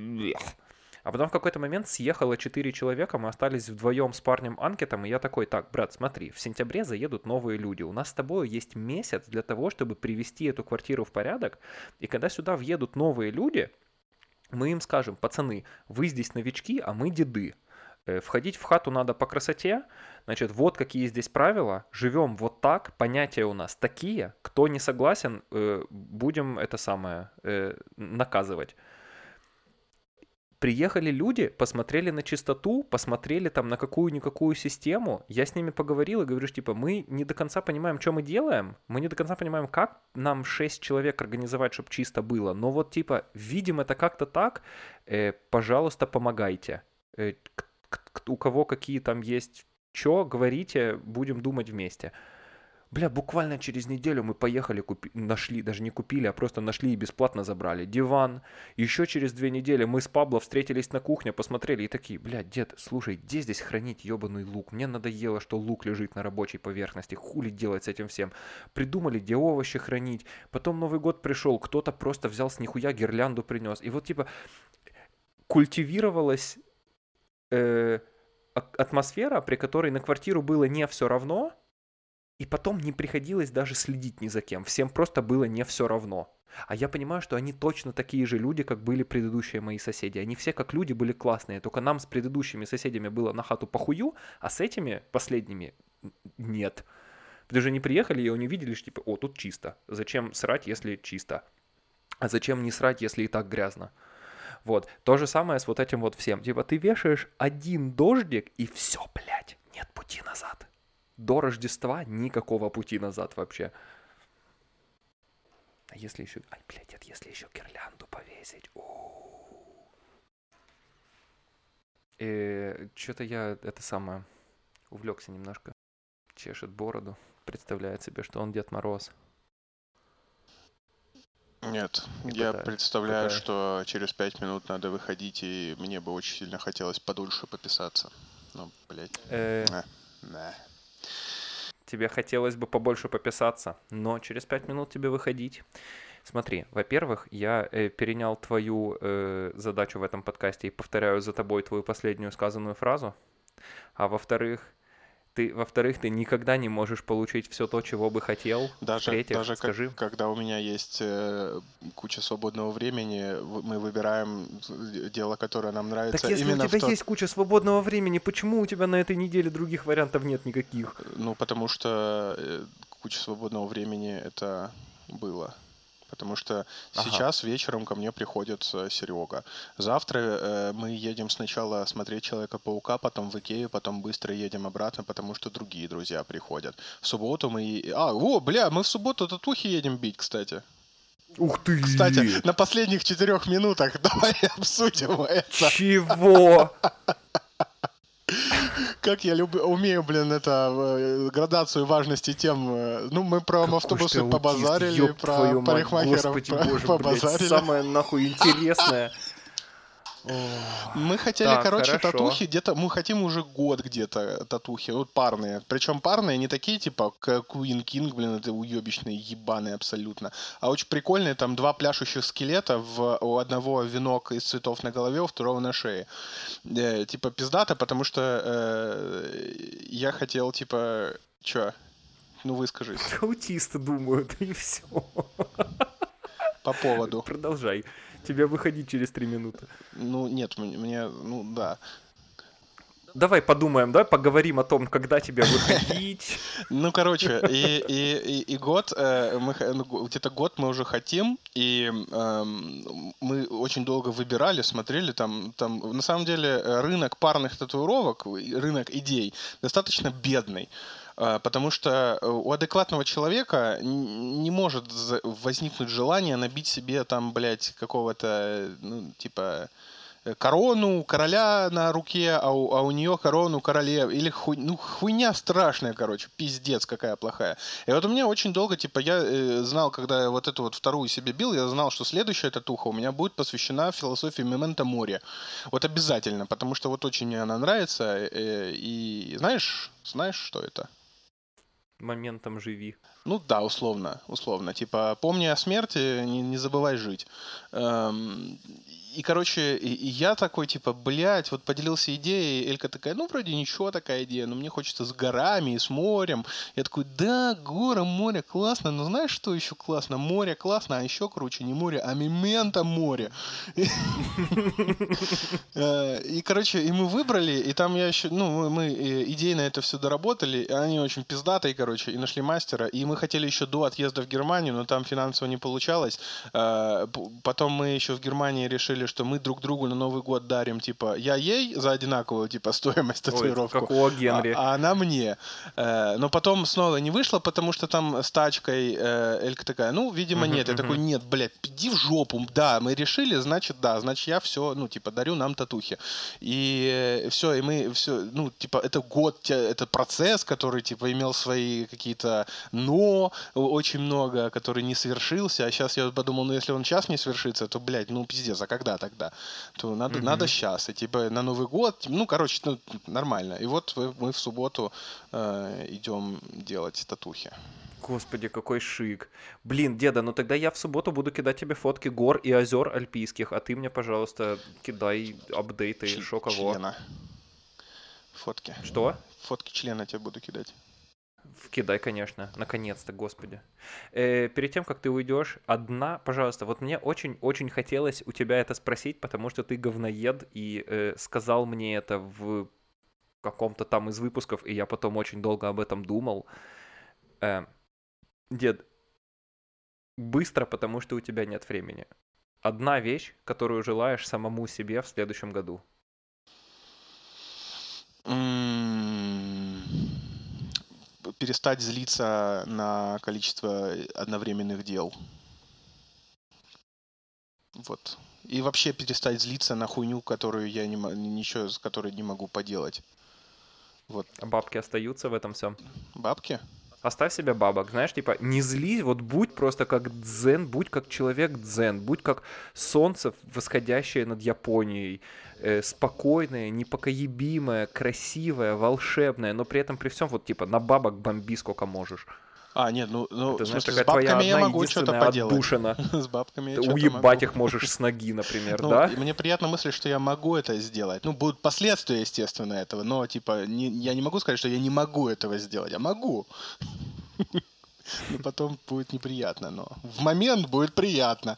А потом в какой-то момент съехало четыре человека, мы остались вдвоем с парнем Анкетом, и я такой, так, брат, смотри, в сентябре заедут новые люди, у нас с тобой есть месяц для того, чтобы привести эту квартиру в порядок, и когда сюда въедут новые люди, мы им скажем, пацаны, вы здесь новички, а мы деды. Э, Входить в хату надо по красоте, значит, вот какие здесь правила, живем вот так, понятия у нас такие, кто не согласен, э, будем это самое э, наказывать. Приехали люди, посмотрели на чистоту, посмотрели там на какую-никакую систему. Я с ними поговорил и говорю, что, типа, мы не до конца понимаем, что мы делаем, мы не до конца понимаем, как нам шесть человек организовать, чтобы чисто было. Но вот, типа, видим это как-то так, э, пожалуйста, помогайте. Э, к- к- у кого какие там есть, что, говорите, будем думать вместе. Бля, буквально через неделю мы поехали, купи... нашли, даже не купили, а просто нашли и бесплатно забрали диван. Еще через две недели мы с Пабло встретились на кухне, посмотрели и такие, бля, дед, слушай, где здесь хранить ебаный лук? Мне надоело, что лук лежит на рабочей поверхности, хули делать с этим всем? Придумали, где овощи хранить. Потом Новый год пришел, кто-то просто взял с нихуя гирлянду принес. И вот типа культивировалась э, а- атмосфера, при которой на квартиру было не все равно, и потом не приходилось даже следить ни за кем. Всем просто было не все равно. А я понимаю, что они точно такие же люди, как были предыдущие мои соседи. Они все как люди были классные. Только нам с предыдущими соседями было на хату похую, а с этими последними нет. Потому что они приехали и они видели, что типа, о, тут чисто. Зачем срать, если чисто? А зачем не срать, если и так грязно? Вот. То же самое с вот этим вот всем. Типа ты вешаешь один дождик, и все, блядь, нет пути назад. До Рождества никакого пути назад вообще. А если еще... Ай, блядь, это если еще гирлянду повесить. И что-то я это самое увлекся немножко. Чешет бороду. Представляет себе, что он Дед Мороз. Нет, И я пытаюсь, представляю, пытаюсь. что через пять минут надо выходить, и мне бы очень сильно хотелось подольше пописаться. Ну, блядь. Э, Э, да. тебе хотелось бы побольше пописаться, но через пять минут тебе выходить. Смотри, во-первых, я э, перенял твою э, задачу в этом подкасте и повторяю за тобой твою последнюю сказанную фразу. А во-вторых, ты, во-вторых, ты никогда не можешь получить все то, чего бы хотел. Даже, В-третьих, даже как, скажи. когда у меня есть э, куча свободного времени, в- мы выбираем э, дело, которое нам нравится. Так если именно у тебя в тот... есть куча свободного времени, почему у тебя на этой неделе других вариантов нет никаких? Ну, потому что э, куча свободного времени это было. Потому что Ага. сейчас вечером ко мне приходит э, Серега. Завтра э, мы едем сначала смотреть Человека-паука, потом в Икею, потом быстро едем обратно, потому что другие друзья приходят. В субботу мы... А, о, бля, мы в субботу татухи едем бить, кстати. Ух ты! Кстати, на последних четырех минутах давай обсудим это. Чего? Как я люблю, умею, блин, это э, градацию важности тем. э, Ну, мы про Какой ж автобусы ты аутист, побазарили, ёб про твою мать, парикмахеров господи про- боже, блядь, побазарили. самое нахуй интересное. Мы хотели, Так, короче, хорошо. татухи где-то, мы хотим уже год где-то татухи, вот парные. Причем парные не такие, типа, как Queen King, блин, это уебищные, ебаные абсолютно. А очень прикольные, там два пляшущих скелета, в, у одного венок из цветов на голове, у второго на шее. Э, типа, пиздато, потому что э, я хотел, типа, чё? Ну, выскажись. Аутисты думают, и все. По поводу. Продолжай. Тебе выходить через три минуты. Ну, нет, мне, мне, ну, да. Давай подумаем, давай поговорим о том, когда тебе выходить. Ну, короче, и, и, и, и год, э, мы, х- ну, г- где-то год мы уже хотим, и эм, мы очень долго выбирали, смотрели, там, там, на самом деле, э, рынок парных татуировок, и рынок идей достаточно бедный. Э, Потому что э, у адекватного человека н- не может за- возникнуть желание набить себе там, блядь, какого-то, э, ну, типа, э, корону короля на руке, а у, а у нее корону королевы. Или хуй, ну, хуйня страшная, короче, пиздец какая плохая. И вот у меня очень долго, типа, я э, знал, когда я вот эту вот вторую себе бил, я знал, что следующая татуха у меня будет посвящена философии Мементо Мори. Вот обязательно, потому что вот очень мне она нравится. э, и знаешь, знаешь, что это? Моментом живи. Ну да, условно, условно. Типа, помни о смерти, не, не забывай жить. Эм, и, короче, и, и я такой, типа, блядь, вот поделился идеей, Элька такая, ну, вроде ничего такая идея, но мне хочется с горами и с морем. Я такой, да, горы, море, классно, но знаешь, что еще классно? Море классно, а еще круче не море, а Мементо море. Э, И, короче, и мы выбрали, и там я еще, ну, мы, мы э, идейно это все доработали, и они очень пиздатые, короче, и нашли мастера, и мы хотели еще до отъезда в Германию, но там финансово не получалось. Э, п- Потом мы еще в Германии решили, что мы друг другу на Новый год дарим, типа, я ей за одинаковую, типа, стоимость Ой, татуировку, как у а, Генри. а она мне. Э, Но потом снова не вышло, потому что там с тачкой э, Элька такая, ну, видимо, Мгм, нет. Я такой, мгм. нет, блядь, иди в жопу. Да, мы решили, значит, да, значит, я все, ну, типа, дарю нам татухи. И все, и мы все, ну, типа, это год, те- это процесс, который, типа, имел свои какие-то но очень много, который не свершился. А сейчас я вот подумал, ну, если он сейчас не свершится, то, блядь, ну, пиздец, а когда тогда? То надо, надо Мгм. сейчас. И, типа, на Новый год, ну, короче, ну, нормально. И вот мы мы в субботу э, идем делать татухи. Господи, какой шик. Блин, деда, ну тогда я в субботу буду кидать тебе фотки гор и озер альпийских, а ты мне, пожалуйста, кидай апдейты, Ч- шо кого. члена. Фотки. Что? Фотки члена тебе буду кидать. Кидай, конечно, наконец-то, господи. Э, перед тем, как ты уйдешь, одна, пожалуйста, вот мне очень-очень хотелось у тебя это спросить, потому что ты говноед и э, сказал мне это в каком-то там из выпусков, и я потом очень долго об этом думал. Э, дед, быстро, потому что у тебя нет времени. одна вещь, которую желаешь самому себе в следующем году. М, Перестать злиться на количество одновременных дел. Вот. И вообще перестать злиться на хуйню, которую я не мо- ничего с которой не могу поделать. Вот. А бабки остаются в этом всем? Бабки? Оставь себе бабок, знаешь, типа, не злись, вот будь просто как дзен, будь как человек дзен, будь как солнце, восходящее над Японией, э, спокойное, непокоебимое, красивое, волшебное, но при этом при всем вот типа на бабок бомби сколько можешь. А, нет, ну, ну Это, в знаешь, смысле, с такая твоя бабками я одна могу что-то единственная поделать. отдушина. С бабками я Ты что-то уебать могу. их можешь с ноги, например, Ну, да? и мне приятна мысль, что я могу это сделать. Ну, будут последствия, естественно, этого, но, типа, не, я не могу сказать, что я не могу этого сделать. Я могу. Но потом будет неприятно, но в момент будет приятно.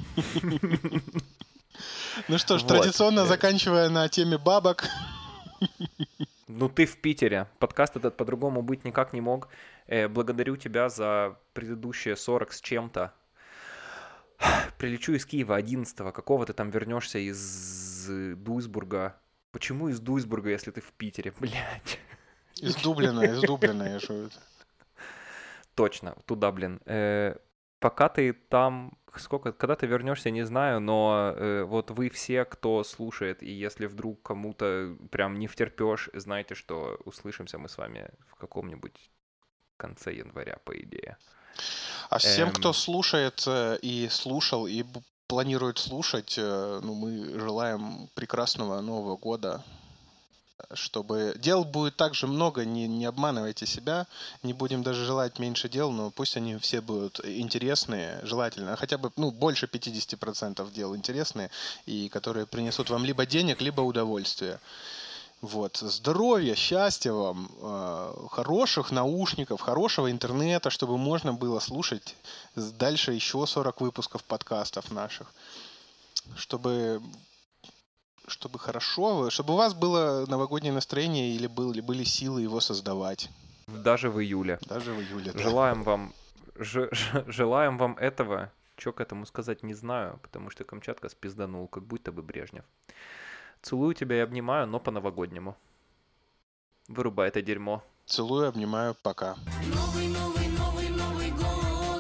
Ну что ж, Вот. традиционно э, заканчивая на теме бабок. Ну, ты в Питере. Подкаст этот по-другому быть никак не мог. Э, благодарю тебя за предыдущие сорок с чем-то. Прилечу из Киева одиннадцатого. Какого ты там вернешься из Дуйсбурга? Почему из Дуйсбурга, если ты в Питере? Блядь. Из Дублина, из Дублина, я же... Точно, туда, блин. Э, пока ты там, сколько, когда ты вернешься, не знаю, но э, вот вы все, кто слушает, и если вдруг кому-то прям не втерпешь, знайте, что услышимся мы с вами в каком-нибудь конце января, по идее. А всем, Эм. кто слушает э, и слушал, и б- планирует слушать, э, ну, мы желаем прекрасного Нового года, чтобы дел будет так же много, не, не обманывайте себя, не будем даже желать меньше дел, но пусть они все будут интересные, желательно, хотя бы, ну, больше пятьдесят процентов дел интересные, и которые принесут вам либо денег, либо удовольствие. Вот. Здоровья, счастья вам, э, хороших наушников, хорошего интернета, чтобы можно было слушать с- дальше еще сорок выпусков подкастов наших. Чтобы, чтобы хорошо, чтобы у вас было новогоднее настроение или был- или были силы его создавать. Даже в июле. Даже в июле. да. Желаем вам, ж- ж- желаем вам этого. Что к этому сказать, не знаю, потому что Камчатка спизданул, как будто бы Брежнев. Целую тебя и обнимаю, но по-новогоднему. Вырубай это дерьмо. Целую, обнимаю, пока. Новый, новый, новый, Новый год.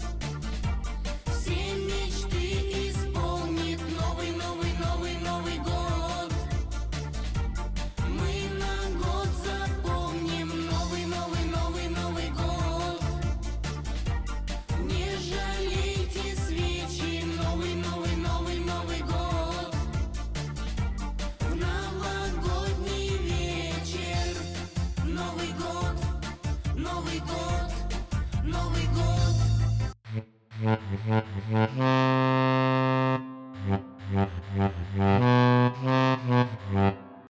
Все мечты исполнит. Новый, новый, новый, Новый год. Мы на год запомним. Новый, новый, новый, Новый год. Не жалейте свечи. Новый, новый, новый, Новый год. В новогодний вечер. Новый год. Новый год, Новый год.